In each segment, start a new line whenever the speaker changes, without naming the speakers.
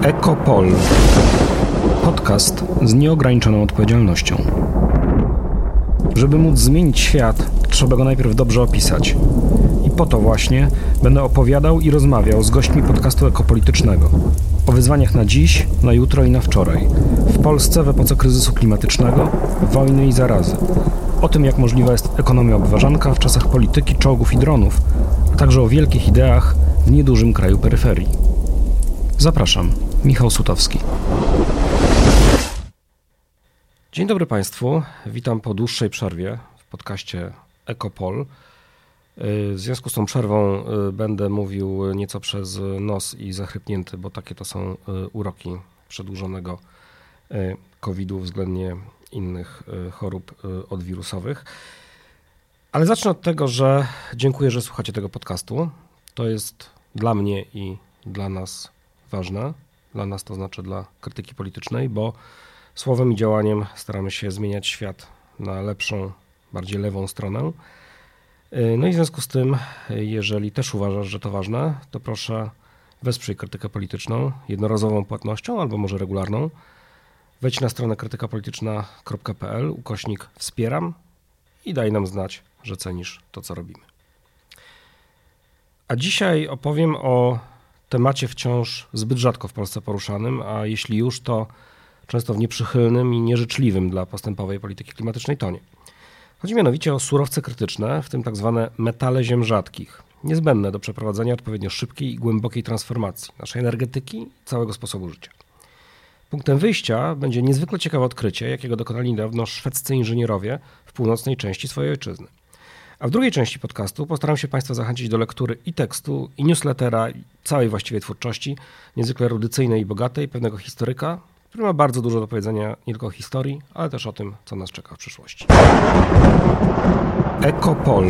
Ekopol. Podcast z nieograniczoną odpowiedzialnością. Żeby móc zmienić świat, trzeba go najpierw dobrze opisać. I po to właśnie będę opowiadał i rozmawiał z gośćmi podcastu ekopolitycznego. O wyzwaniach na dziś, na jutro i na wczoraj. W Polsce w epoce kryzysu klimatycznego, wojny i zarazy. O tym, jak możliwa jest ekonomia obwarzanka w czasach polityki, czołgów i dronów, a także o wielkich ideach w niedużym kraju peryferii. Zapraszam, Michał Sutowski. Dzień dobry Państwu, witam po dłuższej przerwie w podcaście Ekopol. W związku z tą przerwą będę mówił nieco przez nos i zachrypnięty, bo takie to są uroki przedłużonego COVID-u względnie innych chorób odwirusowych. Ale zacznę od tego, że dziękuję, że słuchacie tego podcastu. To jest dla mnie i dla nas ważne. Dla nas to znaczy dla krytyki politycznej, bo słowem i działaniem staramy się zmieniać świat na lepszą, bardziej lewą stronę. No i w związku z tym, jeżeli też uważasz, że to ważne, to proszę wesprzyj krytykę polityczną jednorazową płatnością albo może regularną. Wejdź na stronę krytykapolityczna.pl/wspieram i daj nam znać, że cenisz to, co robimy. A dzisiaj opowiem o temacie wciąż zbyt rzadko w Polsce poruszanym, a jeśli już, to często w nieprzychylnym i nieżyczliwym dla postępowej polityki klimatycznej tonie. Chodzi mianowicie o surowce krytyczne, w tym tak zwane metale ziem rzadkich, niezbędne do przeprowadzenia odpowiednio szybkiej i głębokiej transformacji naszej energetyki i całego sposobu życia. Punktem wyjścia będzie niezwykle ciekawe odkrycie, jakiego dokonali niedawno szwedzcy inżynierowie w północnej części swojej ojczyzny. A w drugiej części podcastu postaram się Państwa zachęcić do lektury i tekstu, i newslettera, i całej właściwie twórczości, niezwykle erudycyjnej i bogatej, pewnego historyka, który ma bardzo dużo do powiedzenia nie tylko o historii, ale też o tym, co nas czeka w przyszłości. Ekopol.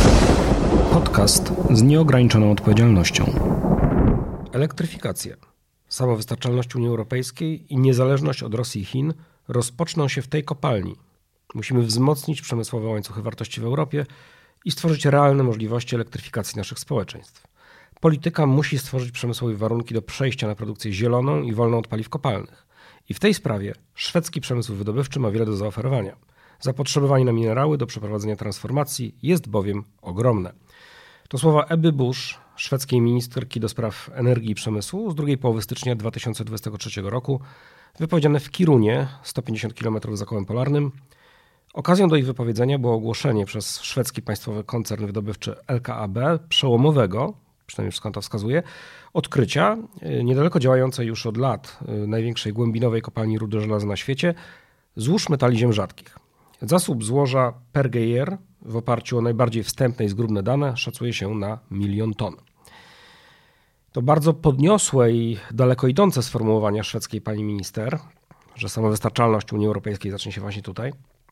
Podcast z nieograniczoną odpowiedzialnością. Elektryfikacja, samowystarczalność Unii Europejskiej i niezależność od Rosji i Chin rozpoczną się w tej kopalni. Musimy wzmocnić przemysłowe łańcuchy wartości w Europie i stworzyć realne możliwości elektryfikacji naszych społeczeństw. Polityka musi stworzyć przemysłowe warunki do przejścia na produkcję zieloną i wolną od paliw kopalnych. I w tej sprawie szwedzki przemysł wydobywczy ma wiele do zaoferowania. Zapotrzebowanie na minerały do przeprowadzenia transformacji jest bowiem ogromne. To słowa Ebby Busch, szwedzkiej ministerki do spraw energii i przemysłu z drugiej połowy stycznia 2023 roku, wypowiedziane w Kirunie, 150 km za kołem polarnym. Okazją do ich wypowiedzenia było ogłoszenie przez szwedzki państwowy koncern wydobywczy LKAB przełomowego, przynajmniej wszystko to wskazuje, odkrycia niedaleko działającej już od lat największej głębinowej kopalni rudy żelaza na świecie, złóż metali ziem rzadkich. Zasób złoża per Geier w oparciu o najbardziej wstępne i zgrubne dane szacuje się na 1 milion ton. To bardzo podniosłe i daleko idące sformułowania szwedzkiej pani minister, że samowystarczalność Unii Europejskiej zacznie się właśnie tutaj,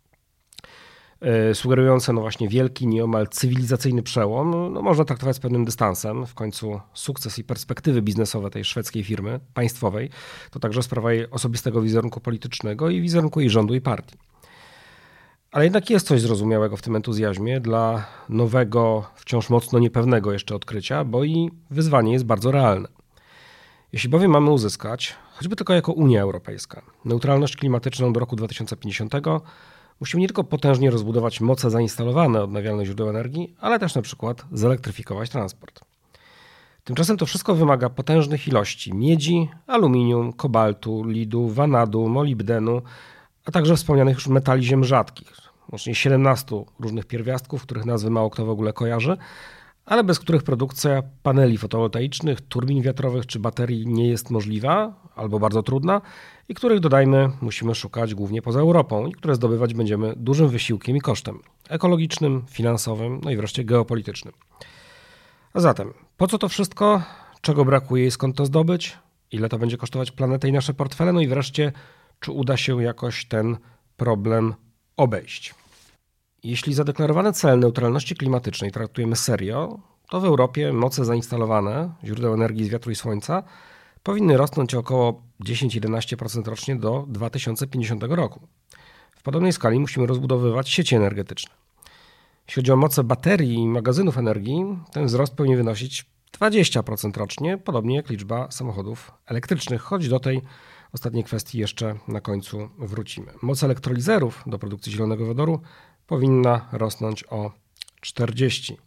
sugerujące właśnie wielki, nieomal cywilizacyjny przełom, można traktować z pewnym dystansem. W końcu sukces i perspektywy biznesowe tej szwedzkiej firmy państwowej to także sprawa jej osobistego wizerunku politycznego i wizerunku jej rządu i partii. Ale jednak jest coś zrozumiałego w tym entuzjazmie dla nowego, wciąż mocno niepewnego jeszcze odkrycia, bo i wyzwanie jest bardzo realne. Jeśli bowiem mamy uzyskać, choćby tylko jako Unia Europejska, neutralność klimatyczną do roku 2050, musimy nie tylko potężnie rozbudować moce zainstalowane odnawialnych źródeł energii, ale też na przykład zelektryfikować transport. Tymczasem to wszystko wymaga potężnych ilości miedzi, aluminium, kobaltu, lidu, wanadu, molibdenu, a także wspomnianych już metali ziem rzadkich. Łącznie 17 różnych pierwiastków, których nazwy mało kto w ogóle kojarzy, ale bez których produkcja paneli fotowoltaicznych, turbin wiatrowych czy baterii nie jest możliwa albo bardzo trudna i których, dodajmy, musimy szukać głównie poza Europą i które zdobywać będziemy dużym wysiłkiem i kosztem ekologicznym, finansowym, no i wreszcie geopolitycznym. A zatem, po co to wszystko? Czego brakuje i skąd to zdobyć? Ile to będzie kosztować planetę i nasze portfele? No i wreszcie, czy uda się jakoś ten problem obejść? Jeśli zadeklarowany cel neutralności klimatycznej traktujemy serio, to w Europie moce zainstalowane źródeł energii z wiatru i słońca powinny rosnąć o około 10-11% rocznie do 2050 roku. W podobnej skali musimy rozbudowywać sieci energetyczne. Jeśli chodzi o moce baterii i magazynów energii, ten wzrost powinien wynosić 20% rocznie, podobnie jak liczba samochodów elektrycznych, choć do tej ostatniej kwestii jeszcze na końcu wrócimy. Moc elektrolizerów do produkcji zielonego wodoru powinna rosnąć o 42%.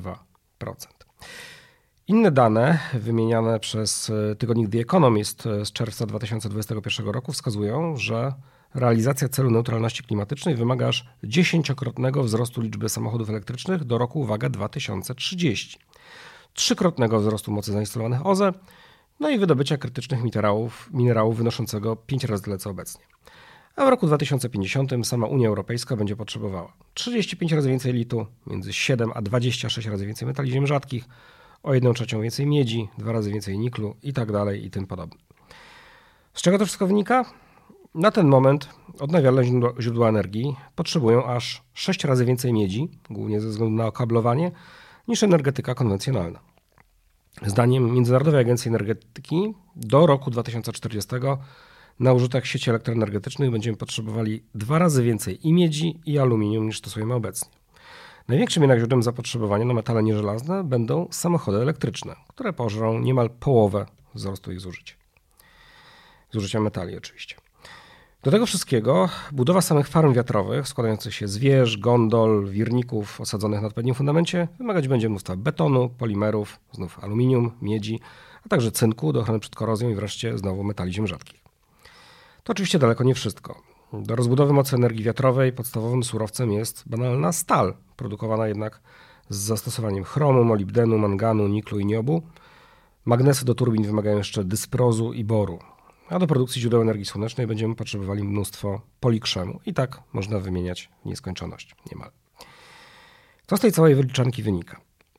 Inne dane wymieniane przez tygodnik The Economist z czerwca 2021 roku wskazują, że realizacja celu neutralności klimatycznej wymaga aż 10-krotnego wzrostu liczby samochodów elektrycznych do roku, uwaga, 2030. 3-krotnego wzrostu mocy zainstalowanych OZE, no i wydobycia krytycznych minerałów wynoszącego 5 razy tyle co obecnie. A w roku 2050 sama Unia Europejska będzie potrzebowała 35 razy więcej litu, między 7 a 26 razy więcej metali ziem rzadkich, o 1/3 więcej miedzi, 2 razy więcej niklu i tak dalej i tym podobne. Z czego to wszystko wynika? Na ten moment odnawialne źródła energii potrzebują aż 6 razy więcej miedzi, głównie ze względu na okablowanie, niż energetyka konwencjonalna. Zdaniem Międzynarodowej Agencji Energetyki do roku 2040 na użytek sieci elektroenergetycznych będziemy potrzebowali 2 razy więcej i miedzi, i aluminium niż stosujemy obecnie. Największym jednak źródłem zapotrzebowania na metale nieżelazne będą samochody elektryczne, które pożrą niemal połowę wzrostu ich zużycia. Zużycia metali oczywiście. Do tego wszystkiego budowa samych farm wiatrowych składających się z wież, gondol, wirników osadzonych na odpowiednim fundamencie wymagać będzie mnóstwa betonu, polimerów, znów aluminium, miedzi, a także cynku do ochrony przed korozją i wreszcie znowu metali ziem rzadkich. To oczywiście daleko nie wszystko. Do rozbudowy mocy energii wiatrowej podstawowym surowcem jest banalna stal, produkowana jednak z zastosowaniem chromu, molibdenu, manganu, niklu i niobu. Magnesy do turbin wymagają jeszcze dysprozu i boru. A do produkcji źródeł energii słonecznej będziemy potrzebowali mnóstwo polikrzemu. I tak można wymieniać w nieskończoność niemal. Co z tej całej wyliczanki wynika?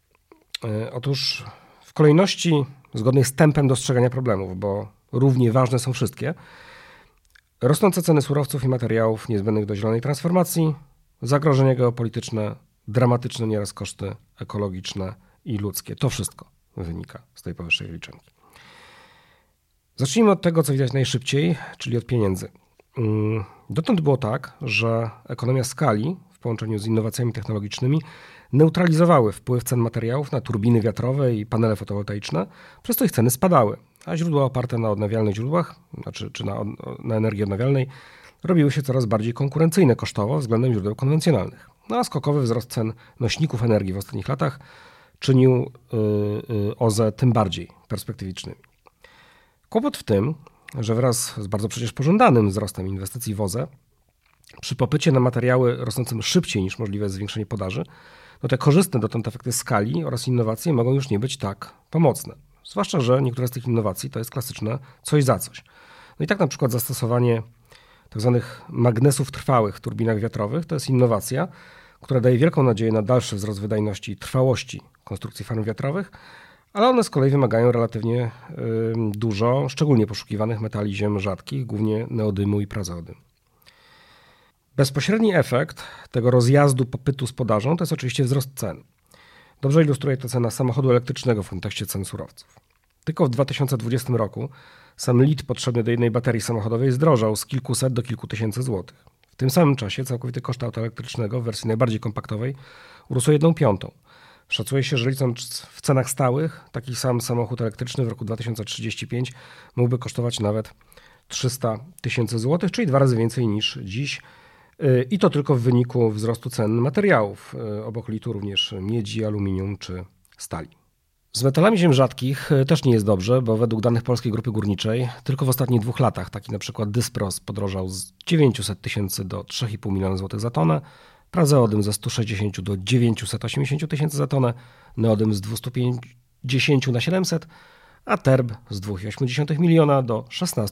Otóż w kolejności zgodnej z tempem dostrzegania problemów, bo równie ważne są wszystkie, rosnące ceny surowców i materiałów niezbędnych do zielonej transformacji, zagrożenie geopolityczne, dramatyczne nieraz koszty ekologiczne i ludzkie. To wszystko wynika z tej powyższej wyliczanki. Zacznijmy od tego, co widać najszybciej, czyli od pieniędzy. Dotąd było tak, że ekonomia skali w połączeniu z innowacjami technologicznymi neutralizowały wpływ cen materiałów na turbiny wiatrowe i panele fotowoltaiczne, przez co ich ceny spadały, a źródła oparte na odnawialnych źródłach, czy na energii odnawialnej, robiły się coraz bardziej konkurencyjne kosztowo względem źródeł konwencjonalnych. No a skokowy wzrost cen nośników energii w ostatnich latach czynił OZE tym bardziej perspektywicznymi. Kłopot w tym, że wraz z bardzo przecież pożądanym wzrostem inwestycji w OZE, przy popycie na materiały rosnącym szybciej niż możliwe zwiększenie podaży, no te korzystne dotąd efekty skali oraz innowacje mogą już nie być tak pomocne. Zwłaszcza, że niektóre z tych innowacji to jest klasyczne coś za coś. No i tak na przykład zastosowanie tzw. magnesów trwałych w turbinach wiatrowych to jest innowacja, która daje wielką nadzieję na dalszy wzrost wydajności i trwałości konstrukcji farm wiatrowych, ale one z kolei wymagają relatywnie dużo szczególnie poszukiwanych metali ziem rzadkich, głównie neodymu i prazeodymu. Bezpośredni efekt tego rozjazdu popytu z podażą to jest oczywiście wzrost cen. Dobrze ilustruje to cena samochodu elektrycznego w kontekście cen surowców. Tylko w 2020 roku sam lit potrzebny do jednej baterii samochodowej zdrożał z kilkuset do kilku tysięcy złotych. W tym samym czasie całkowity koszt auta elektrycznego w wersji najbardziej kompaktowej urósł o 1/5. Szacuje się, że licząc w cenach stałych, taki sam samochód elektryczny w roku 2035 mógłby kosztować nawet 300 tysięcy złotych, czyli 2 razy więcej niż dziś. I to tylko w wyniku wzrostu cen materiałów, obok litu również miedzi, aluminium czy stali. Z metalami ziem rzadkich też nie jest dobrze, bo według danych Polskiej Grupy Górniczej tylko w ostatnich 2 latach taki na przykład dyspros podrożał z 900 tysięcy do 3,5 miliona złotych za tonę, prazeodym ze 160 do 980 tysięcy za tonę, neodym z 250 na 700, a terb z 2,8 miliona do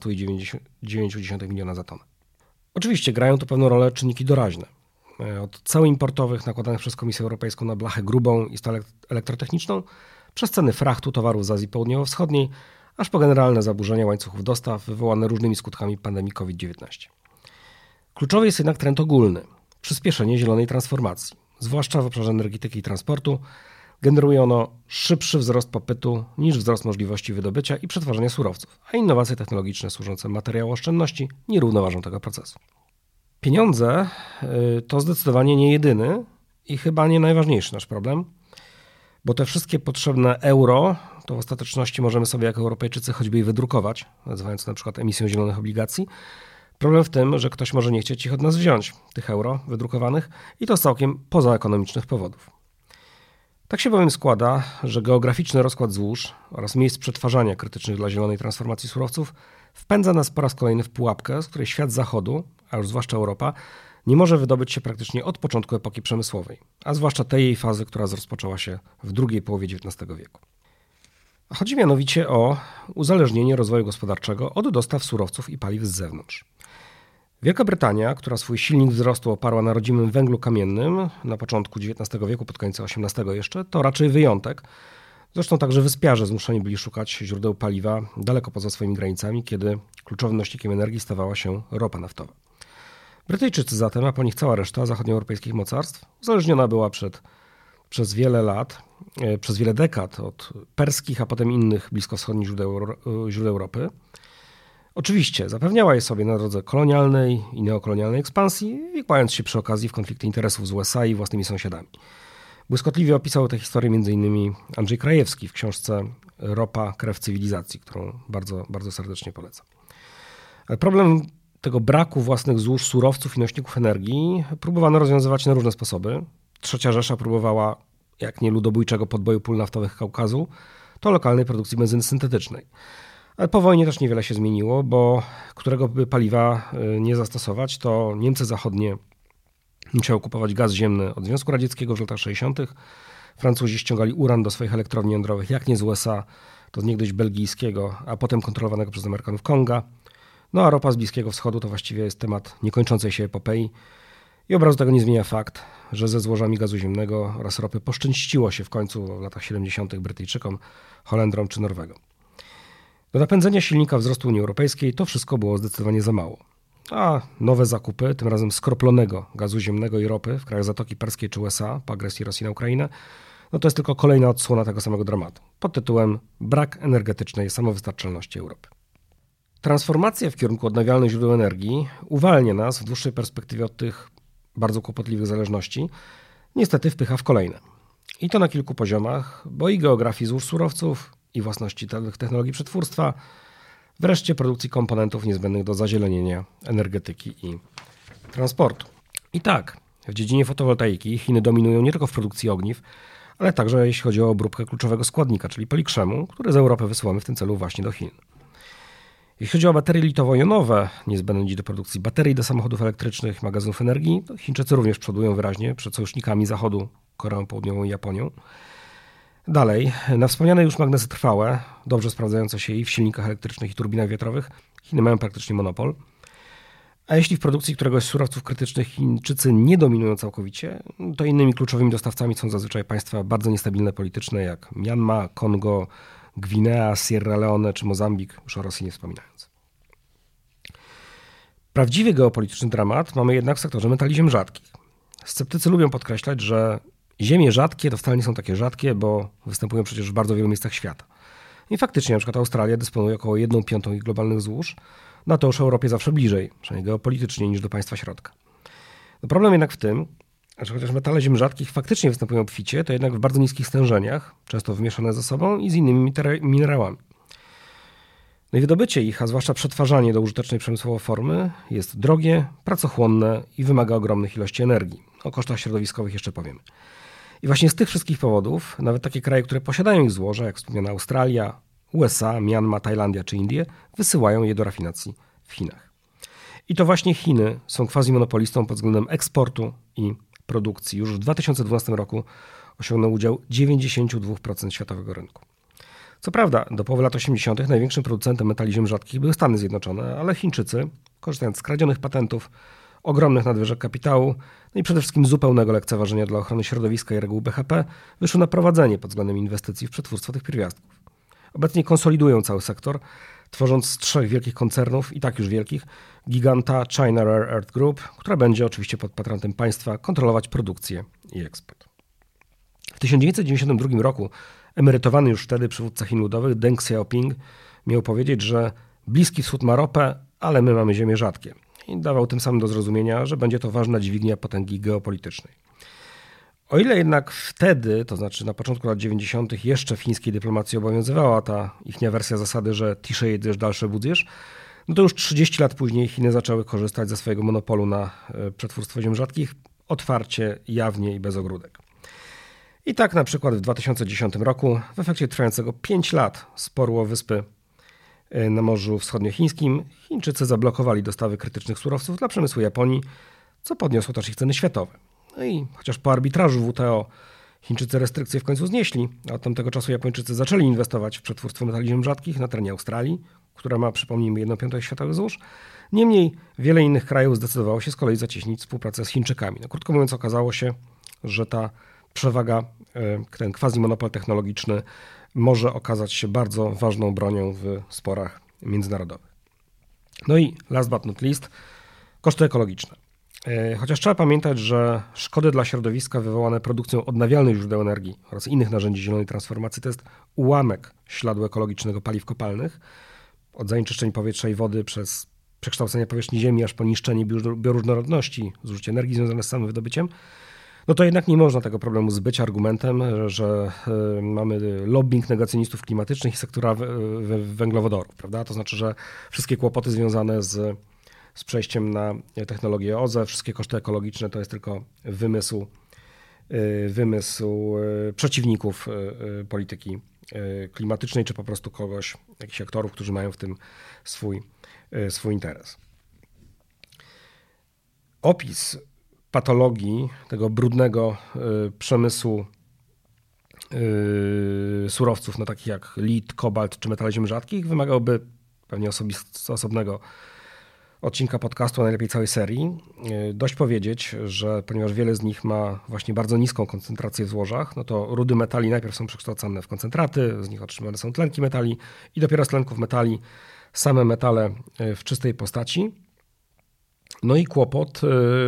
16,9 miliona za tonę. Oczywiście grają tu pewną rolę czynniki doraźne. Od ceł importowych nakładanych przez Komisję Europejską na blachę grubą i stal elektrotechniczną, przez ceny frachtu towarów z Azji Południowo-Wschodniej, aż po generalne zaburzenia łańcuchów dostaw wywołane różnymi skutkami pandemii COVID-19. Kluczowy jest jednak trend ogólny. Przyspieszenie zielonej transformacji, zwłaszcza w obszarze energetyki i transportu, generuje ono szybszy wzrost popytu niż wzrost możliwości wydobycia i przetwarzania surowców, a innowacje technologiczne służące materiałoszczędności nie równoważą tego procesu. Pieniądze to zdecydowanie nie jedyny i chyba nie najważniejszy nasz problem. Bo te wszystkie potrzebne euro to w ostateczności możemy sobie jako Europejczycy choćby je wydrukować, nazywając to na przykład emisją zielonych obligacji. Problem w tym, że ktoś może nie chcieć ich od nas wziąć, tych euro wydrukowanych, i to z całkiem pozaekonomicznych powodów. Tak się bowiem składa, że geograficzny rozkład złóż oraz miejsc przetwarzania krytycznych dla zielonej transformacji surowców wpędza nas po raz kolejny w pułapkę, z której świat zachodu, a już zwłaszcza Europa, nie może wydobyć się praktycznie od początku epoki przemysłowej, a zwłaszcza tej jej fazy, która rozpoczęła się w drugiej połowie XIX wieku. Chodzi mianowicie o uzależnienie rozwoju gospodarczego od dostaw surowców i paliw z zewnątrz. Wielka Brytania, która swój silnik wzrostu oparła na rodzimym węglu kamiennym na początku XIX wieku, pod koniec XVIII jeszcze, to raczej wyjątek. Zresztą także wyspiarze zmuszeni byli szukać źródeł paliwa daleko poza swoimi granicami, kiedy kluczowym nośnikiem energii stawała się ropa naftowa. Brytyjczycy zatem, a po nich cała reszta zachodnioeuropejskich mocarstw, uzależniona była przez wiele dekad od perskich, a potem innych bliskowschodnich źródeł ropy. Oczywiście zapewniała je sobie na drodze kolonialnej i neokolonialnej ekspansji, wikłając się przy okazji w konflikty interesów z USA i własnymi sąsiadami. Błyskotliwie opisał tę historię m.in. Andrzej Krajewski w książce Ropa, krew cywilizacji, którą bardzo, bardzo serdecznie polecam. Ale problem tego braku własnych złóż surowców i nośników energii próbowano rozwiązywać na różne sposoby. Trzecia Rzesza próbowała, jak nie ludobójczego podboju pól naftowych Kaukazu, to lokalnej produkcji benzyny syntetycznej. Ale po wojnie też niewiele się zmieniło, bo którego by paliwa nie zastosować, to Niemcy zachodnie musiały kupować gaz ziemny od Związku Radzieckiego w latach 60. Francuzi ściągali uran do swoich elektrowni jądrowych, jak nie z USA, to z niegdyś belgijskiego, a potem kontrolowanego przez Amerykanów Konga. No a ropa z Bliskiego Wschodu to właściwie jest temat niekończącej się epopei. I obrazu tego nie zmienia fakt, że ze złożami gazu ziemnego oraz ropy poszczęściło się w końcu w latach 70. Brytyjczykom, Holendrom czy Norwegom. Do napędzenia silnika wzrostu Unii Europejskiej to wszystko było zdecydowanie za mało. A nowe zakupy, tym razem skroplonego gazu ziemnego i ropy w krajach Zatoki Perskiej czy USA po agresji Rosji na Ukrainę, no to jest tylko kolejna odsłona tego samego dramatu pod tytułem brak energetycznej samowystarczalności Europy. Transformacja w kierunku odnawialnych źródeł energii uwalnia nas w dłuższej perspektywie od tych bardzo kłopotliwych zależności, niestety wpycha w kolejne. I to na kilku poziomach, bo i geografii złóż surowców, i własności technologii przetwórstwa, wreszcie produkcji komponentów niezbędnych do zazielenienia energetyki i transportu. I tak, w dziedzinie fotowoltaiki Chiny dominują nie tylko w produkcji ogniw, ale także jeśli chodzi o obróbkę kluczowego składnika, czyli polikrzemu, który z Europy wysyłamy w tym celu właśnie do Chin. Jeśli chodzi o baterie litowo-jonowe, niezbędne dziś do produkcji baterii do samochodów elektrycznych, magazynów energii, to Chińczycy również przodują wyraźnie przed sojusznikami Zachodu, Koreą Południową i Japonią. Dalej, na wspomniane już magnesy trwałe, dobrze sprawdzające się i w silnikach elektrycznych i turbinach wiatrowych, Chiny mają praktycznie monopol. A jeśli w produkcji któregoś z surowców krytycznych Chińczycy nie dominują całkowicie, to innymi kluczowymi dostawcami są zazwyczaj państwa bardzo niestabilne polityczne, jak Myanma, Kongo, Gwinea, Sierra Leone czy Mozambik, już o Rosji nie wspominając. Prawdziwy geopolityczny dramat mamy jednak w sektorze metali ziem rzadkich. Sceptycy lubią podkreślać, że ziemie rzadkie to wcale nie są takie rzadkie, bo występują przecież w bardzo wielu miejscach świata. I faktycznie, na przykład Australia dysponuje około 1/5 ich globalnych złóż, no to już Europie zawsze bliżej, przynajmniej geopolitycznie, niż do państwa środka. No problem jednak w tym, że chociaż metale ziem rzadkich faktycznie występują obficie, to jednak w bardzo niskich stężeniach, często wymieszane ze sobą i z innymi minerałami. No i wydobycie ich, a zwłaszcza przetwarzanie do użytecznej przemysłowo formy jest drogie, pracochłonne i wymaga ogromnych ilości energii. O kosztach środowiskowych jeszcze powiemy. I właśnie z tych wszystkich powodów nawet takie kraje, które posiadają ich złoża, jak wspomniana Australia, USA, Myanma, Tajlandia czy Indie, wysyłają je do rafinacji w Chinach. I to właśnie Chiny są quasi-monopolistą pod względem eksportu i produkcji. Już w 2012 roku osiągnął udział 92% światowego rynku. Co prawda, do połowy lat 80. największym producentem metali ziem rzadkich były Stany Zjednoczone, ale Chińczycy, korzystając z kradzionych patentów, ogromnych nadwyżek kapitału, no i przede wszystkim zupełnego lekceważenia dla ochrony środowiska i reguł BHP, wyszły na prowadzenie pod względem inwestycji w przetwórstwo tych pierwiastków. Obecnie konsolidują cały sektor, tworząc z 3 wielkich koncernów, i tak już wielkich, giganta China Rare Earth Group, która będzie oczywiście pod patronatem państwa kontrolować produkcję i eksport. W 1992 roku emerytowany już wtedy przywódca Chin Ludowych Deng Xiaoping miał powiedzieć, że Bliski Wschód ma ropę, ale my mamy ziemię rzadkie. I dawał tym samym do zrozumienia, że będzie to ważna dźwignia potęgi geopolitycznej. O ile jednak wtedy, to znaczy na początku lat 90. jeszcze w chińskiej dyplomacji obowiązywała ta ichnia wersja zasady, że ciszej jedziesz, dalsze budziesz, no to już 30 lat później Chiny zaczęły korzystać ze swojego monopolu na przetwórstwo ziem rzadkich otwarcie, jawnie i bez ogródek. I tak na przykład w 2010 roku, w efekcie trwającego 5 lat sporu o wyspy na Morzu Wschodniochińskim, Chińczycy zablokowali dostawy krytycznych surowców dla przemysłu Japonii, co podniosło też ich ceny światowe. No i chociaż po arbitrażu WTO Chińczycy restrykcje w końcu znieśli, a od tamtego czasu Japończycy zaczęli inwestować w przetwórstwo metali ziem rzadkich na terenie Australii, która ma, przypomnijmy, 1/5 światowych złóż. Niemniej wiele innych krajów zdecydowało się z kolei zacieśnić współpracę z Chińczykami. No, krótko mówiąc, okazało się, że ta przewaga, ten quasi-monopol technologiczny może okazać się bardzo ważną bronią w sporach międzynarodowych. No i last but not least, koszty ekologiczne. Chociaż trzeba pamiętać, że szkody dla środowiska wywołane produkcją odnawialnych źródeł energii oraz innych narzędzi zielonej transformacji to jest ułamek śladu ekologicznego paliw kopalnych, od zanieczyszczeń powietrza i wody przez przekształcenie powierzchni ziemi aż po niszczenie bioróżnorodności, zużycie energii związane z samym wydobyciem, no to jednak nie można tego problemu zbyć argumentem, że mamy lobbying negacjonistów klimatycznych i sektora węglowodorów, prawda? To znaczy, że wszystkie kłopoty związane z przejściem na technologię OZE, wszystkie koszty ekologiczne to jest tylko wymysł przeciwników polityki klimatycznej, czy po prostu jakichś aktorów, którzy mają w tym swój interes. Opis patologii tego brudnego przemysłu surowców, no takich jak lit, kobalt czy metale ziem rzadkich, wymagałby pewnie osobnego odcinka podcastu, a najlepiej całej serii. Dość powiedzieć, że ponieważ wiele z nich ma właśnie bardzo niską koncentrację w złożach, no to rudy metali najpierw są przekształcane w koncentraty, z nich otrzymane są tlenki metali i dopiero z tlenków metali same metale w czystej postaci. No i kłopot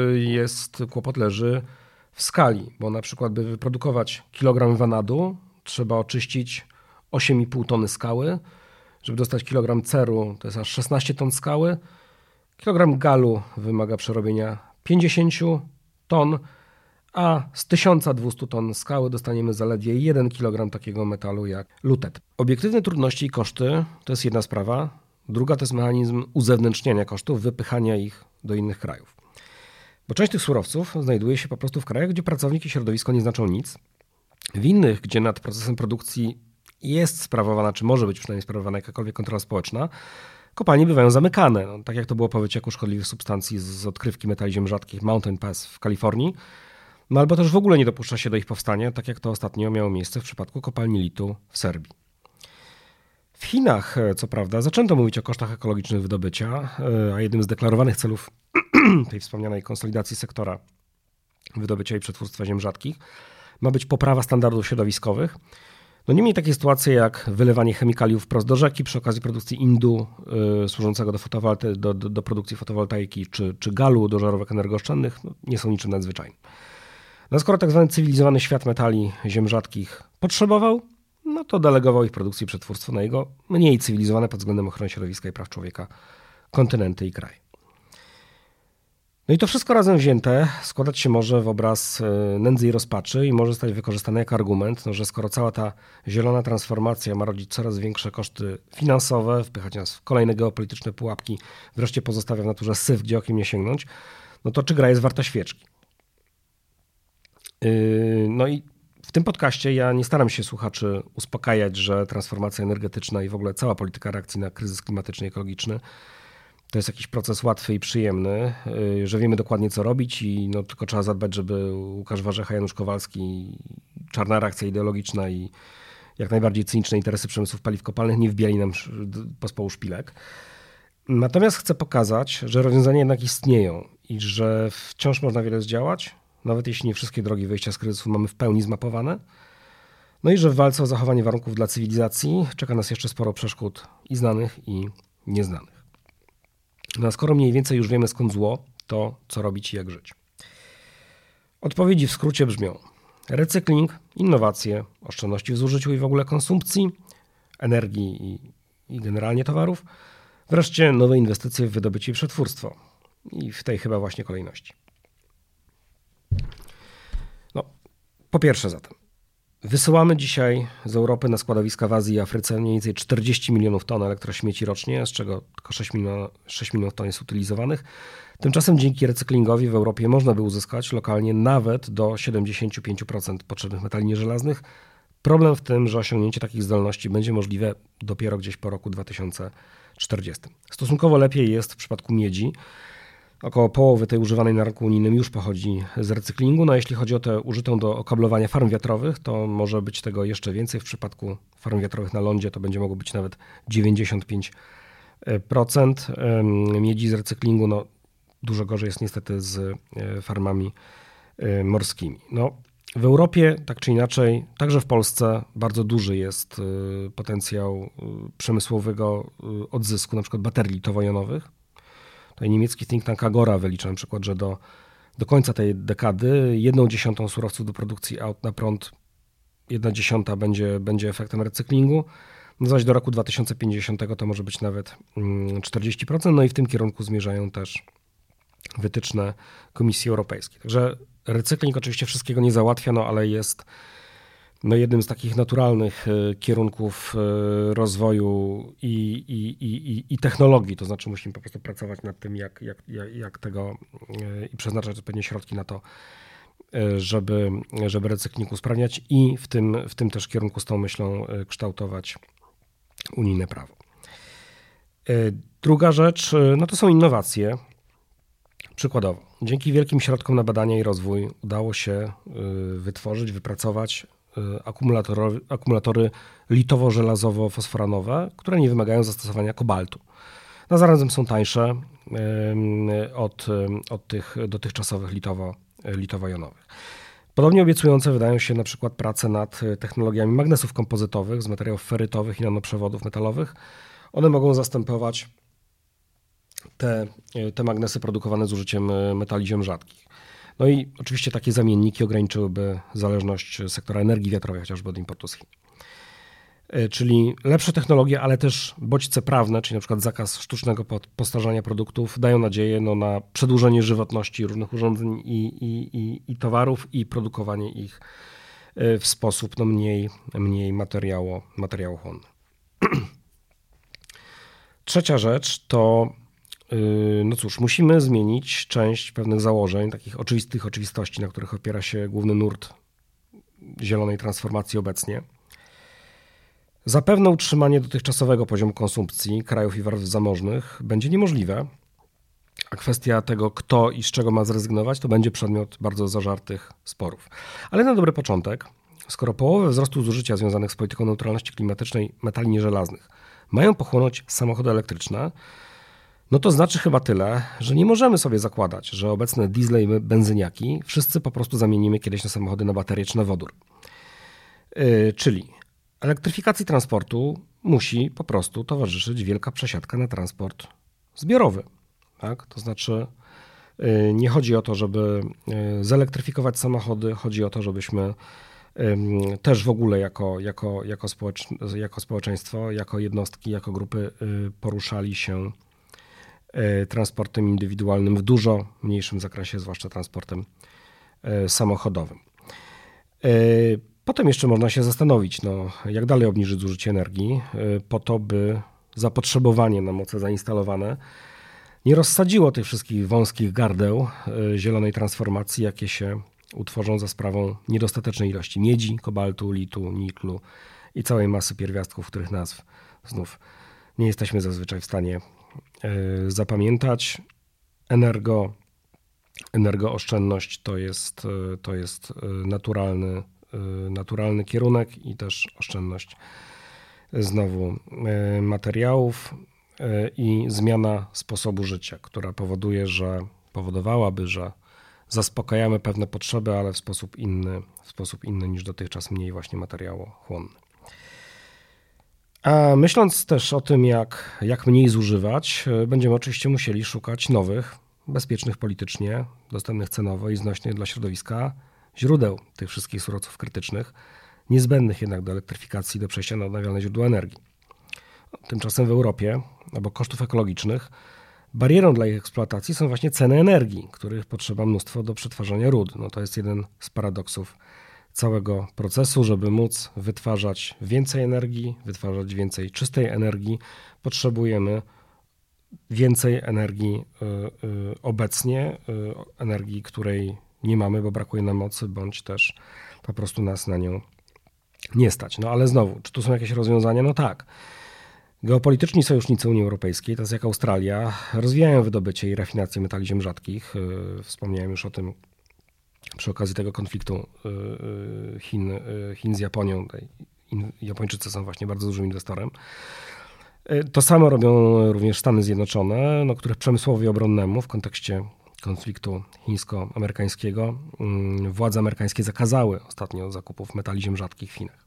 leży w skali, bo na przykład by wyprodukować kilogram wanadu trzeba oczyścić 8,5 tony skały, żeby dostać kilogram ceru to jest aż 16 ton skały, kilogram galu wymaga przerobienia 50 ton, a z 1200 ton skały dostaniemy zaledwie 1 kg takiego metalu jak lutet. Obiektywne trudności i koszty to jest jedna sprawa, druga to jest mechanizm uzewnętrzniania kosztów, wypychania ich do innych krajów. Bo część tych surowców znajduje się po prostu w krajach, gdzie pracownik i środowisko nie znaczą nic. W innych, gdzie nad procesem produkcji jest sprawowana, czy może być przynajmniej sprawowana jakakolwiek kontrola społeczna, kopalnie bywają zamykane. No, tak jak to było po wycieku szkodliwych substancji z odkrywki metali ziem rzadkich Mountain Pass w Kalifornii, no albo też w ogóle nie dopuszcza się do ich powstania, tak jak to ostatnio miało miejsce w przypadku kopalni litu w Serbii. W Chinach, co prawda, zaczęto mówić o kosztach ekologicznych wydobycia, a jednym z deklarowanych celów tej wspomnianej konsolidacji sektora wydobycia i przetwórstwa ziem rzadkich ma być poprawa standardów środowiskowych. No niemniej takie sytuacje jak wylewanie chemikaliów wprost do rzeki przy okazji produkcji indu służącego do produkcji fotowoltaiki czy galu do żarówek energooszczędnych nie są niczym nadzwyczajnym. No skoro tak zwany cywilizowany świat metali ziem rzadkich potrzebował, no to delegował ich produkcję i przetwórstwo na jego mniej cywilizowane pod względem ochrony środowiska i praw człowieka kontynenty i kraje. No i to wszystko razem wzięte składać się może w obraz nędzy i rozpaczy i może zostać wykorzystane jako argument, no, że skoro cała ta zielona transformacja ma rodzić coraz większe koszty finansowe, wpychać nas w kolejne geopolityczne pułapki, wreszcie pozostawia w naturze syf, gdzie okiem nie sięgnąć, no to czy gra jest warta świeczki? No i w tym podcaście ja nie staram się słuchaczy uspokajać, że transformacja energetyczna i w ogóle cała polityka reakcji na kryzys klimatyczny i ekologiczny to jest jakiś proces łatwy i przyjemny, że wiemy dokładnie co robić i no tylko trzeba zadbać, żeby Łukasz Warzecha, Janusz Kowalski, czarna reakcja ideologiczna i jak najbardziej cyniczne interesy przemysłów paliw kopalnych nie wbijali nam pospołu szpilek. Natomiast chcę pokazać, że rozwiązania jednak istnieją i że wciąż można wiele zdziałać, nawet jeśli nie wszystkie drogi wyjścia z kryzysu mamy w pełni zmapowane. No i że w walce o zachowanie warunków dla cywilizacji czeka nas jeszcze sporo przeszkód i znanych, i nieznanych. No a skoro mniej więcej już wiemy skąd zło, to co robić i jak żyć? Odpowiedzi w skrócie brzmią: recykling, innowacje, oszczędności w zużyciu i w ogóle konsumpcji, energii i generalnie towarów, wreszcie nowe inwestycje w wydobycie i przetwórstwo. I w tej chyba właśnie kolejności. No,
Po pierwsze zatem, wysyłamy dzisiaj z Europy na składowiska w Azji i Afryce mniej więcej 40 milionów ton elektrośmieci rocznie, z czego tylko 6 milionów ton jest utylizowanych. Tymczasem dzięki recyklingowi w Europie można by uzyskać lokalnie nawet do 75% potrzebnych metali nieżelaznych. Problem w tym, że osiągnięcie takich zdolności będzie możliwe dopiero gdzieś po roku 2040. Stosunkowo lepiej jest w przypadku miedzi. Około połowy tej używanej na rynku unijnym już pochodzi z recyklingu. No jeśli chodzi o tę użytą do okablowania farm wiatrowych, to może być tego jeszcze więcej. W przypadku farm wiatrowych na lądzie to będzie mogło być nawet 95% miedzi z recyklingu. No, dużo gorzej jest niestety z farmami morskimi. No, w Europie, tak czy inaczej, także w Polsce bardzo duży jest potencjał przemysłowego odzysku, na przykład baterii litowo-jonowych. Tutaj niemiecki think tank Agora wylicza na przykład, że do końca tej dekady 1/10 surowców do produkcji aut na prąd, 1/10 będzie efektem recyklingu, no zaś do roku 2050 to może być nawet 40%, no i w tym kierunku zmierzają też wytyczne Komisji Europejskiej. Także recykling oczywiście wszystkiego nie załatwia, no ale jest jednym z takich naturalnych kierunków rozwoju i technologii. To znaczy musimy po prostu pracować nad tym, jak tego i przeznaczać odpowiednie środki na to, żeby recykling usprawniać i w tym też kierunku z tą myślą kształtować unijne prawo. Druga rzecz, no to są innowacje. Przykładowo, dzięki wielkim środkom na badania i rozwój udało się wypracować akumulatory litowo-żelazowo-fosforanowe, które nie wymagają zastosowania kobaltu. No, zarazem są tańsze od tych dotychczasowych litowo-jonowych. Podobnie obiecujące wydają się na przykład prace nad technologiami magnesów kompozytowych z materiałów ferytowych i nanoprzewodów metalowych. One mogą zastępować te magnesy produkowane z użyciem metali ziem rzadkich. No i oczywiście takie zamienniki ograniczyłyby zależność sektora energii wiatrowej chociażby od importu z Chin. Czyli lepsze technologie, ale też bodźce prawne, czyli na przykład zakaz sztucznego postarzania produktów, dają nadzieję na przedłużenie żywotności różnych urządzeń i towarów i produkowanie ich w sposób mniej materiałochłonny. Trzecia rzecz to no cóż, musimy zmienić część pewnych założeń, takich oczywistych oczywistości, na których opiera się główny nurt zielonej transformacji obecnie. Zapewne utrzymanie dotychczasowego poziomu konsumpcji krajów i warstw zamożnych będzie niemożliwe, a kwestia tego, kto i z czego ma zrezygnować, to będzie przedmiot bardzo zażartych sporów. Ale na dobry początek, skoro połowę wzrostu zużycia związanych z polityką neutralności klimatycznej metali nieżelaznych mają pochłonąć samochody elektryczne, no to znaczy chyba tyle, że nie możemy sobie zakładać, że obecne diesle i benzyniaki wszyscy po prostu zamienimy kiedyś na samochody na baterie czy na wodór. Czyli elektryfikacji transportu musi po prostu towarzyszyć wielka przesiadka na transport zbiorowy. Tak? To znaczy nie chodzi o to, żeby zelektryfikować samochody, chodzi o to, żebyśmy też w ogóle jako społeczeństwo, jako jednostki, jako grupy poruszali się transportem indywidualnym w dużo mniejszym zakresie, zwłaszcza transportem samochodowym. Potem jeszcze można się zastanowić, jak dalej obniżyć zużycie energii, po to, by zapotrzebowanie na moce zainstalowane nie rozsadziło tych wszystkich wąskich gardeł zielonej transformacji, jakie się utworzą za sprawą niedostatecznej ilości miedzi, kobaltu, litu, niklu i całej masy pierwiastków, których nazw znów nie jesteśmy zazwyczaj w stanie zapamiętać. Energooszczędność to jest naturalny kierunek i też oszczędność znowu materiałów i zmiana sposobu życia, która powodowałaby, że zaspokajamy pewne potrzeby, ale w sposób inny niż dotychczas, mniej właśnie materiałochłonny. A myśląc też o tym, jak mniej zużywać, będziemy oczywiście musieli szukać nowych, bezpiecznych politycznie, dostępnych cenowo i znośnych dla środowiska źródeł tych wszystkich surowców krytycznych, niezbędnych jednak do elektryfikacji, do przejścia na odnawialne źródła energii. Tymczasem w Europie, albo kosztów ekologicznych, barierą dla ich eksploatacji są właśnie ceny energii, których potrzeba mnóstwo do przetwarzania rud. To jest jeden z paradoksów
całego procesu. Żeby móc wytwarzać więcej energii, wytwarzać więcej czystej energii, potrzebujemy więcej energii obecnie, energii, której nie mamy, bo brakuje nam mocy, bądź też po prostu nas na nią nie stać. No ale znowu, czy tu są jakieś rozwiązania? No tak. Geopolityczni sojusznicy Unii Europejskiej, tacy jak Australia, rozwijają wydobycie i rafinację metali ziem rzadkich. Wspomniałem już o tym przy okazji tego konfliktu Chin z Japonią. Japończycy są właśnie bardzo dużym inwestorem. To samo robią również Stany Zjednoczone, których przemysłowi obronnemu w kontekście konfliktu chińsko-amerykańskiego władze amerykańskie zakazały ostatnio zakupów metali ziem rzadkich w Chinach.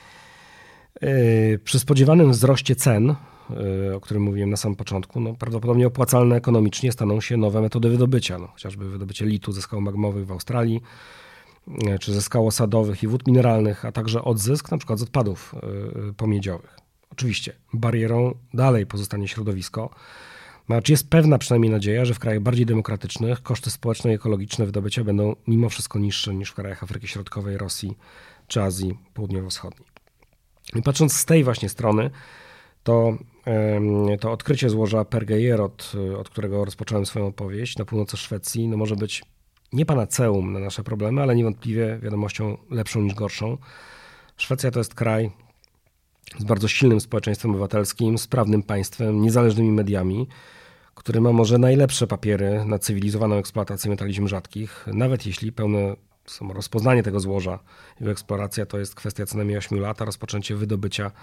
Przy spodziewanym wzroście cen, o którym mówiłem na samym początku, prawdopodobnie opłacalne ekonomicznie staną się nowe metody wydobycia, chociażby wydobycie litu ze skał magmowych w Australii, czy ze skał osadowych i wód mineralnych, a także odzysk na przykład z odpadów pomiedziowych. Oczywiście barierą dalej pozostanie środowisko, acz jest pewna przynajmniej nadzieja, że w krajach bardziej demokratycznych koszty społeczne i ekologiczne wydobycia będą mimo wszystko niższe niż w krajach Afryki Środkowej, Rosji czy Azji Południowo-Wschodniej. I patrząc z tej właśnie strony, to odkrycie złoża Pergejer, od którego rozpocząłem swoją opowieść na północy Szwecji, może być nie panaceum na nasze problemy, ale niewątpliwie wiadomością lepszą niż gorszą. Szwecja to jest kraj z bardzo silnym społeczeństwem obywatelskim, sprawnym państwem, niezależnymi mediami, który ma może najlepsze papiery na cywilizowaną eksploatację metali ziem rzadkich, nawet jeśli pełne samo rozpoznanie tego złoża, jego eksploracja to jest kwestia co najmniej 8 lat, a rozpoczęcie wydobycia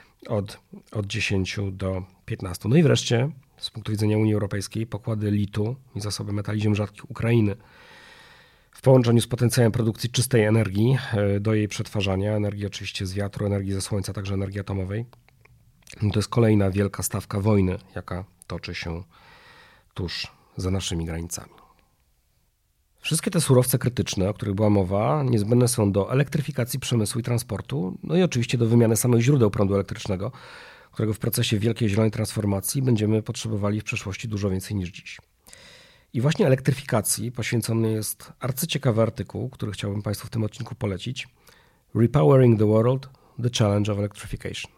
od 10 do 15. No i wreszcie z punktu widzenia Unii Europejskiej pokłady litu i zasoby metali ziem rzadkich Ukrainy w połączeniu z potencjałem produkcji czystej energii do jej przetwarzania, energii oczywiście z wiatru, energii ze słońca, także energii atomowej. To jest kolejna wielka stawka wojny, jaka toczy się tuż za naszymi granicami. Wszystkie te surowce krytyczne, o których była mowa, niezbędne są do elektryfikacji przemysłu i transportu, i oczywiście do wymiany samych źródeł prądu elektrycznego, którego w procesie wielkiej zielonej transformacji będziemy potrzebowali w przyszłości dużo więcej niż dziś. I właśnie elektryfikacji poświęcony jest arcyciekawy artykuł, który chciałbym Państwu w tym odcinku polecić. Repowering the World – The Challenge of Electrification.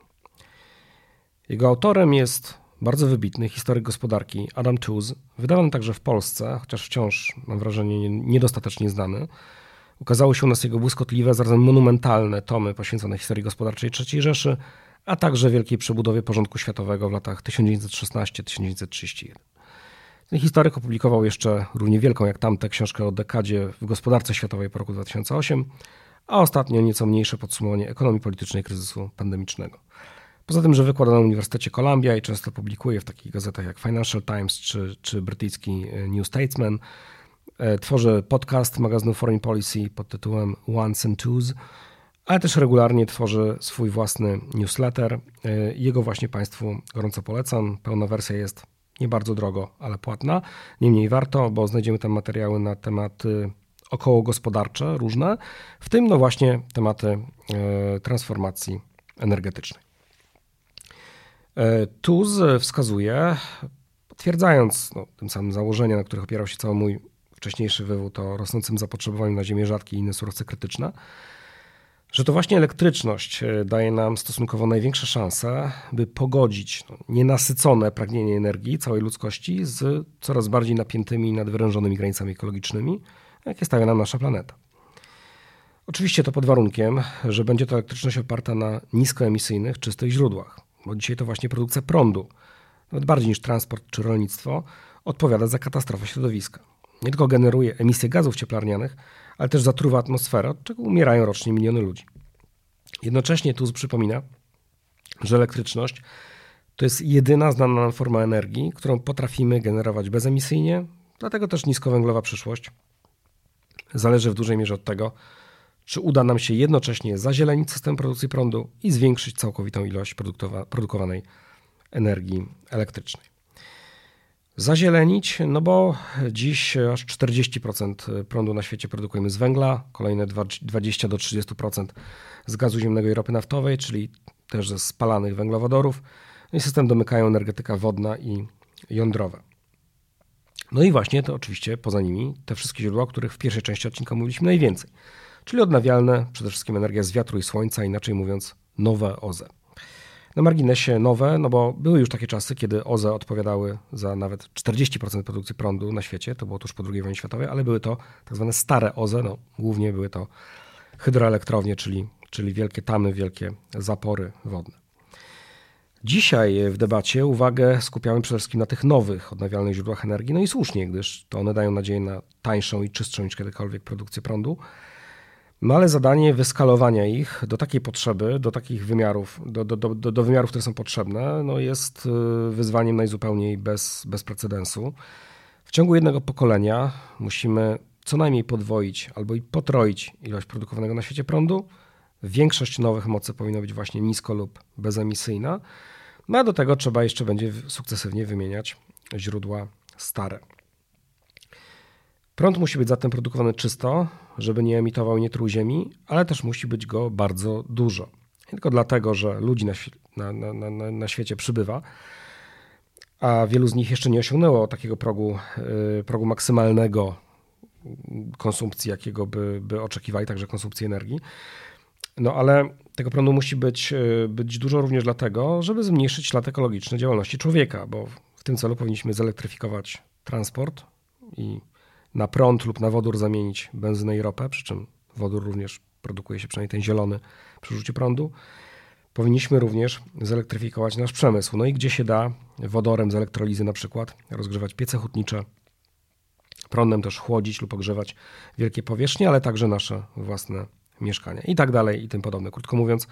Jego autorem jest bardzo wybitny historyk gospodarki Adam Tooze, wydawany także w Polsce, chociaż wciąż, mam wrażenie, niedostatecznie znany. Ukazały się u nas jego błyskotliwe, zarazem monumentalne tomy poświęcone historii gospodarczej III Rzeszy, a także wielkiej przebudowie porządku światowego w latach 1916-1931. Ten historyk opublikował jeszcze równie wielką jak tamte książkę o dekadzie w gospodarce światowej po roku 2008, a ostatnio nieco mniejsze podsumowanie ekonomii politycznej kryzysu pandemicznego. Poza tym, że wykłada na Uniwersytecie Columbia i często publikuje w takich gazetach jak Financial Times czy brytyjski New Statesman, tworzy podcast magazynu Foreign Policy pod tytułem Ones and Twos, ale też regularnie tworzy swój własny newsletter. Jego właśnie Państwu gorąco polecam. Pełna wersja jest nie bardzo drogo, ale płatna. Niemniej warto, bo znajdziemy tam materiały na tematy okołogospodarcze różne, w tym właśnie tematy transformacji energetycznej. Tooze wskazuje, potwierdzając tym samym założenia, na których opierał się cały mój wcześniejszy wywód o rosnącym zapotrzebowaniu na ziemię rzadkie i inne surowce krytyczne, że to właśnie elektryczność daje nam stosunkowo największe szanse, by pogodzić nienasycone pragnienie energii całej ludzkości z coraz bardziej napiętymi i nadwyrężonymi granicami ekologicznymi, jakie stawia nam nasza planeta. Oczywiście to pod warunkiem, że będzie to elektryczność oparta na niskoemisyjnych, czystych źródłach, bo dzisiaj to właśnie produkcja prądu, nawet bardziej niż transport czy rolnictwo, odpowiada za katastrofę środowiska. Nie tylko generuje emisję gazów cieplarnianych, ale też zatruwa atmosferę, od czego umierają rocznie miliony ludzi. Jednocześnie Tooze przypomina, że elektryczność to jest jedyna znana nam forma energii, którą potrafimy generować bezemisyjnie, dlatego też niskowęglowa przyszłość zależy w dużej mierze od tego, czy uda nam się jednocześnie zazielenić system produkcji prądu i zwiększyć całkowitą ilość produkowanej energii elektrycznej. Zazielenić, bo dziś aż 40% prądu na świecie produkujemy z węgla, kolejne 20 do 30% z gazu ziemnego i ropy naftowej, czyli też ze spalanych węglowodorów. I system domykają energetyka wodna i jądrowa. No i właśnie to oczywiście poza nimi te wszystkie źródła, o których w pierwszej części odcinka mówiliśmy najwięcej. czyli odnawialne, przede wszystkim energia z wiatru i słońca, inaczej mówiąc nowe OZE. Na marginesie nowe, no bo były już takie czasy, kiedy OZE odpowiadały za nawet 40% produkcji prądu na świecie, to było tuż po II wojnie światowej, ale były to tak zwane stare OZE, no głównie były to hydroelektrownie, czyli wielkie tamy, wielkie zapory wodne. Dzisiaj w debacie uwagę skupiamy przede wszystkim na tych nowych odnawialnych źródłach energii, no i słusznie, gdyż to one dają nadzieję na tańszą i czystszą niż kiedykolwiek produkcję prądu. No ale zadanie wyskalowania ich do takiej potrzeby, do takich wymiarów, do wymiarów, które są potrzebne, no jest wyzwaniem najzupełniej bez precedensu. W ciągu jednego pokolenia musimy co najmniej podwoić albo i potroić ilość produkowanego na świecie prądu. Większość nowych mocy powinna być właśnie nisko lub bezemisyjna, no a do tego trzeba jeszcze będzie sukcesywnie wymieniać źródła stare. Prąd musi być zatem produkowany czysto, żeby nie emitował i nie truł ziemi, ale też musi być go bardzo dużo. Nie tylko dlatego, że ludzi na świecie przybywa, a wielu z nich jeszcze nie osiągnęło takiego progu maksymalnego konsumpcji, jakiego by oczekiwali, także konsumpcji energii. No ale tego prądu musi być dużo również dlatego, żeby zmniejszyć ślad ekologiczny działalności człowieka, bo w tym celu powinniśmy zelektryfikować transport i na prąd lub na wodór zamienić benzynę i ropę, przy czym wodór również produkuje się, przynajmniej ten zielony, przy użyciu prądu. Powinniśmy również zelektryfikować nasz przemysł. No i gdzie się da, wodorem z elektrolizy na przykład, rozgrzewać piece hutnicze, prądem też chłodzić lub ogrzewać wielkie powierzchnie, ale także nasze własne mieszkania i tak dalej i tym podobne. Krótko mówiąc,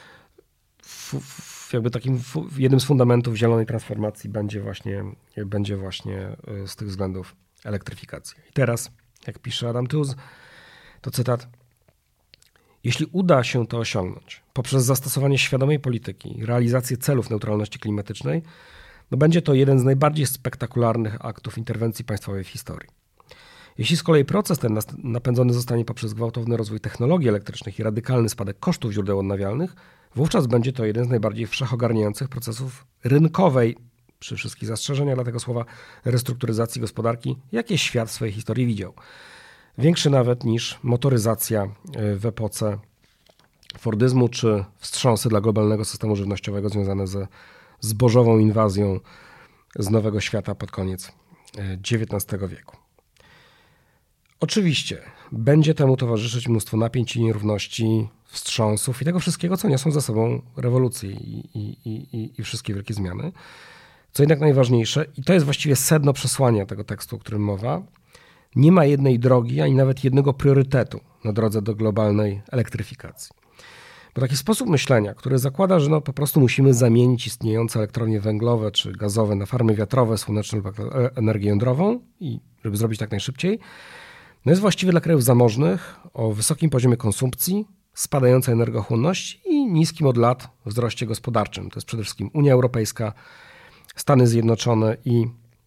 jakby takim jednym z fundamentów zielonej transformacji będzie właśnie z tych względów elektryfikacja. I teraz, jak pisze Adam Tooze, to cytat: jeśli uda się to osiągnąć poprzez zastosowanie świadomej polityki, realizację celów neutralności klimatycznej, no będzie to jeden z najbardziej spektakularnych aktów interwencji państwowej w historii. Jeśli z kolei proces ten napędzony zostanie poprzez gwałtowny rozwój technologii elektrycznych i radykalny spadek kosztów źródeł odnawialnych, wówczas będzie to jeden z najbardziej wszechogarniających procesów rynkowej, przy wszystkich zastrzeżeniach dla tego słowa, restrukturyzacji gospodarki, jakie świat w swojej historii widział. Większy nawet niż motoryzacja w epoce fordyzmu czy wstrząsy dla globalnego systemu żywnościowego związane ze zbożową inwazją z Nowego Świata pod koniec XIX wieku. Oczywiście będzie temu towarzyszyć mnóstwo napięć i nierówności, wstrząsów i tego wszystkiego, co niosą za sobą rewolucje i wszystkie wielkie zmiany. Co jednak najważniejsze, i to jest właściwie sedno przesłania tego tekstu, o którym mowa, nie ma jednej drogi, ani nawet jednego priorytetu na drodze do globalnej elektryfikacji. Bo taki sposób myślenia, który zakłada, że po prostu musimy zamienić istniejące elektrownie węglowe czy gazowe na farmy wiatrowe, słoneczne lub energię jądrową i żeby zrobić tak najszybciej, no jest właściwy dla krajów zamożnych o wysokim poziomie konsumpcji, spadającej energochłonności i niskim od lat wzroście gospodarczym. To jest przede wszystkim Unia Europejska, Stany Zjednoczone i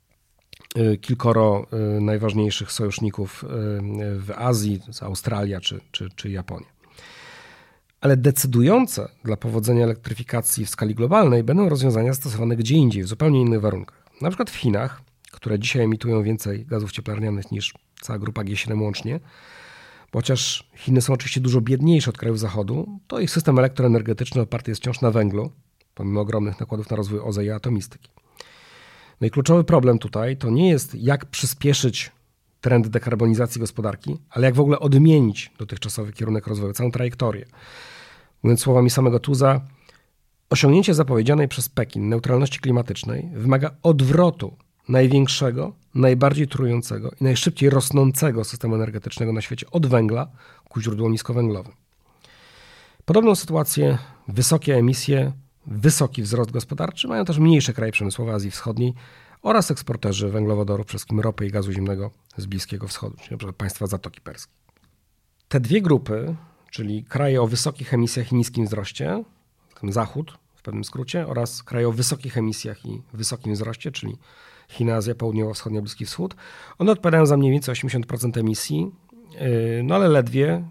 kilkoro najważniejszych sojuszników w Azji, Australia czy Japonia. Ale decydujące dla powodzenia elektryfikacji w skali globalnej będą rozwiązania stosowane gdzie indziej, w zupełnie innych warunkach. Na przykład w Chinach, które dzisiaj emitują więcej gazów cieplarnianych niż cała grupa G7 łącznie, bo chociaż Chiny są oczywiście dużo biedniejsze od krajów zachodu, to ich system elektroenergetyczny oparty jest wciąż na węglu, pomimo ogromnych nakładów na rozwój OZE i atomistyki. No i kluczowy problem tutaj to nie jest, jak przyspieszyć trend dekarbonizacji gospodarki, ale jak w ogóle odmienić dotychczasowy kierunek rozwoju, całą trajektorię. Mówiąc słowami samego Tooze'a, osiągnięcie zapowiedzianej przez Pekin neutralności klimatycznej wymaga odwrotu największego, najbardziej trującego i najszybciej rosnącego systemu energetycznego na świecie od węgla ku źródłom niskowęglowym. Podobną sytuację, wysokie emisje, wysoki wzrost gospodarczy mają też mniejsze kraje przemysłowe Azji Wschodniej oraz eksporterzy węglowodorów, przede wszystkim ropy i gazu ziemnego z Bliskiego Wschodu, czyli np. państwa Zatoki Perskiej. Te dwie grupy, czyli kraje o wysokich emisjach i niskim wzroście, Zachód w pewnym skrócie, oraz kraje o wysokich emisjach i wysokim wzroście, czyli Chiny, Azja Południowo-Wschodnia, Bliski Wschód, one odpowiadają za mniej więcej 80% emisji, no ale ledwie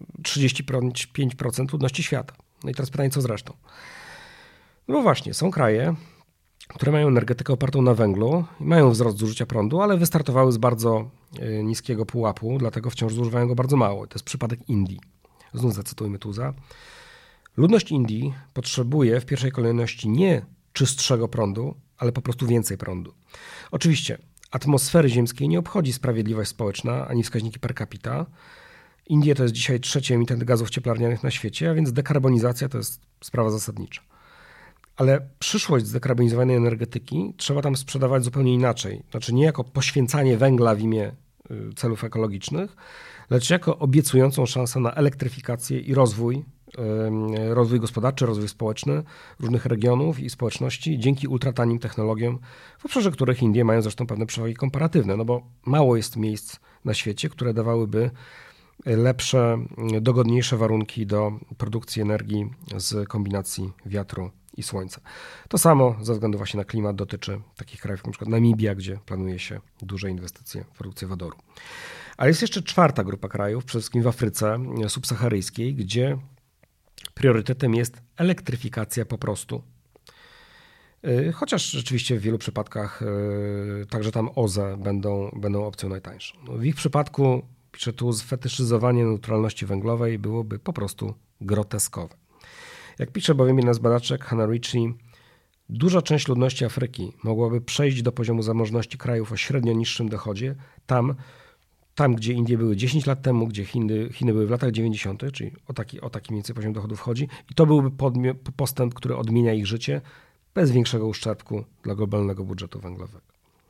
35% ludności świata. No i teraz pytanie, co z resztą? No bo właśnie, są kraje, które mają energetykę opartą na węglu i mają wzrost zużycia prądu, ale wystartowały z bardzo niskiego pułapu, dlatego wciąż zużywają go bardzo mało. To jest przypadek Indii. Znów zacytujmy Tuza. Ludność Indii potrzebuje w pierwszej kolejności nie czystszego prądu, ale po prostu więcej prądu. Oczywiście atmosfery ziemskiej nie obchodzi sprawiedliwość społeczna ani wskaźniki per capita. Indie to jest dzisiaj trzeci emitent gazów cieplarnianych na świecie, a więc dekarbonizacja to jest sprawa zasadnicza. Ale przyszłość zdekarbonizowanej energetyki trzeba tam sprzedawać zupełnie inaczej. Znaczy nie jako poświęcanie węgla w imię celów ekologicznych, lecz jako obiecującą szansę na elektryfikację i rozwój gospodarczy, rozwój społeczny różnych regionów i społeczności dzięki ultratanim technologiom, w obszarze których Indie mają zresztą pewne przewagi komparatywne, no bo mało jest miejsc na świecie, które dawałyby lepsze, dogodniejsze warunki do produkcji energii z kombinacji wiatru i słońca. To samo ze względu właśnie na klimat dotyczy takich krajów jak na przykład Namibia, gdzie planuje się duże inwestycje w produkcję wodoru. Ale jest jeszcze czwarta grupa krajów, przede wszystkim w Afryce subsaharyjskiej, gdzie priorytetem jest elektryfikacja po prostu. Chociaż rzeczywiście w wielu przypadkach także tam OZE będą opcją najtańszą. W ich przypadku, pisze tu, sfetyszyzowanie neutralności węglowej byłoby po prostu groteskowe. Jak pisze bowiem jedna z badaczek, Hannah Ritchie, duża część ludności Afryki mogłaby przejść do poziomu zamożności krajów o średnio niższym dochodzie, tam gdzie Indie były 10 lat temu, gdzie Chiny były w latach 90., czyli o taki mniej więcej poziom dochodów chodzi, i to byłby postęp, który odmienia ich życie bez większego uszczerbku dla globalnego budżetu węglowego.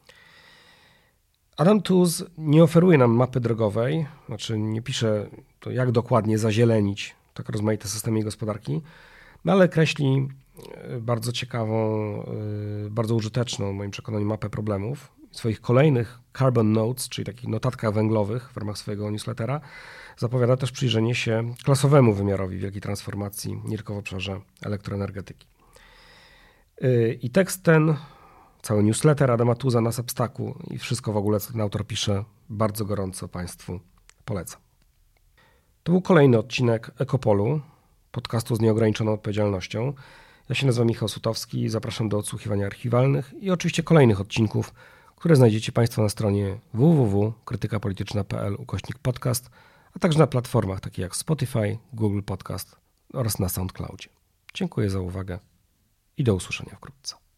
Adam Tooze nie oferuje nam mapy drogowej, znaczy nie pisze to, jak dokładnie zazielenić tak rozmaite systemy gospodarki, no ale kreśli bardzo ciekawą, bardzo użyteczną w moim przekonaniu mapę problemów. W swoich kolejnych Carbon Notes, czyli takich notatkach węglowych w ramach swojego newslettera, zapowiada też przyjrzenie się klasowemu wymiarowi wielkiej transformacji, nie tylko w obszarze elektroenergetyki. I tekst ten, cały newsletter Adama Tooza na Substacku i wszystko w ogóle, co ten autor pisze, bardzo gorąco Państwu polecam. To był kolejny odcinek Ekopolu, podcastu z nieograniczoną odpowiedzialnością. Ja się nazywam Michał Sutowski, zapraszam do odsłuchiwania archiwalnych i oczywiście kolejnych odcinków, które znajdziecie Państwo na stronie www.krytykapolityczna.pl/podcast, a także na platformach takich jak Spotify, Google Podcast oraz na SoundCloudzie. Dziękuję za uwagę i do usłyszenia wkrótce.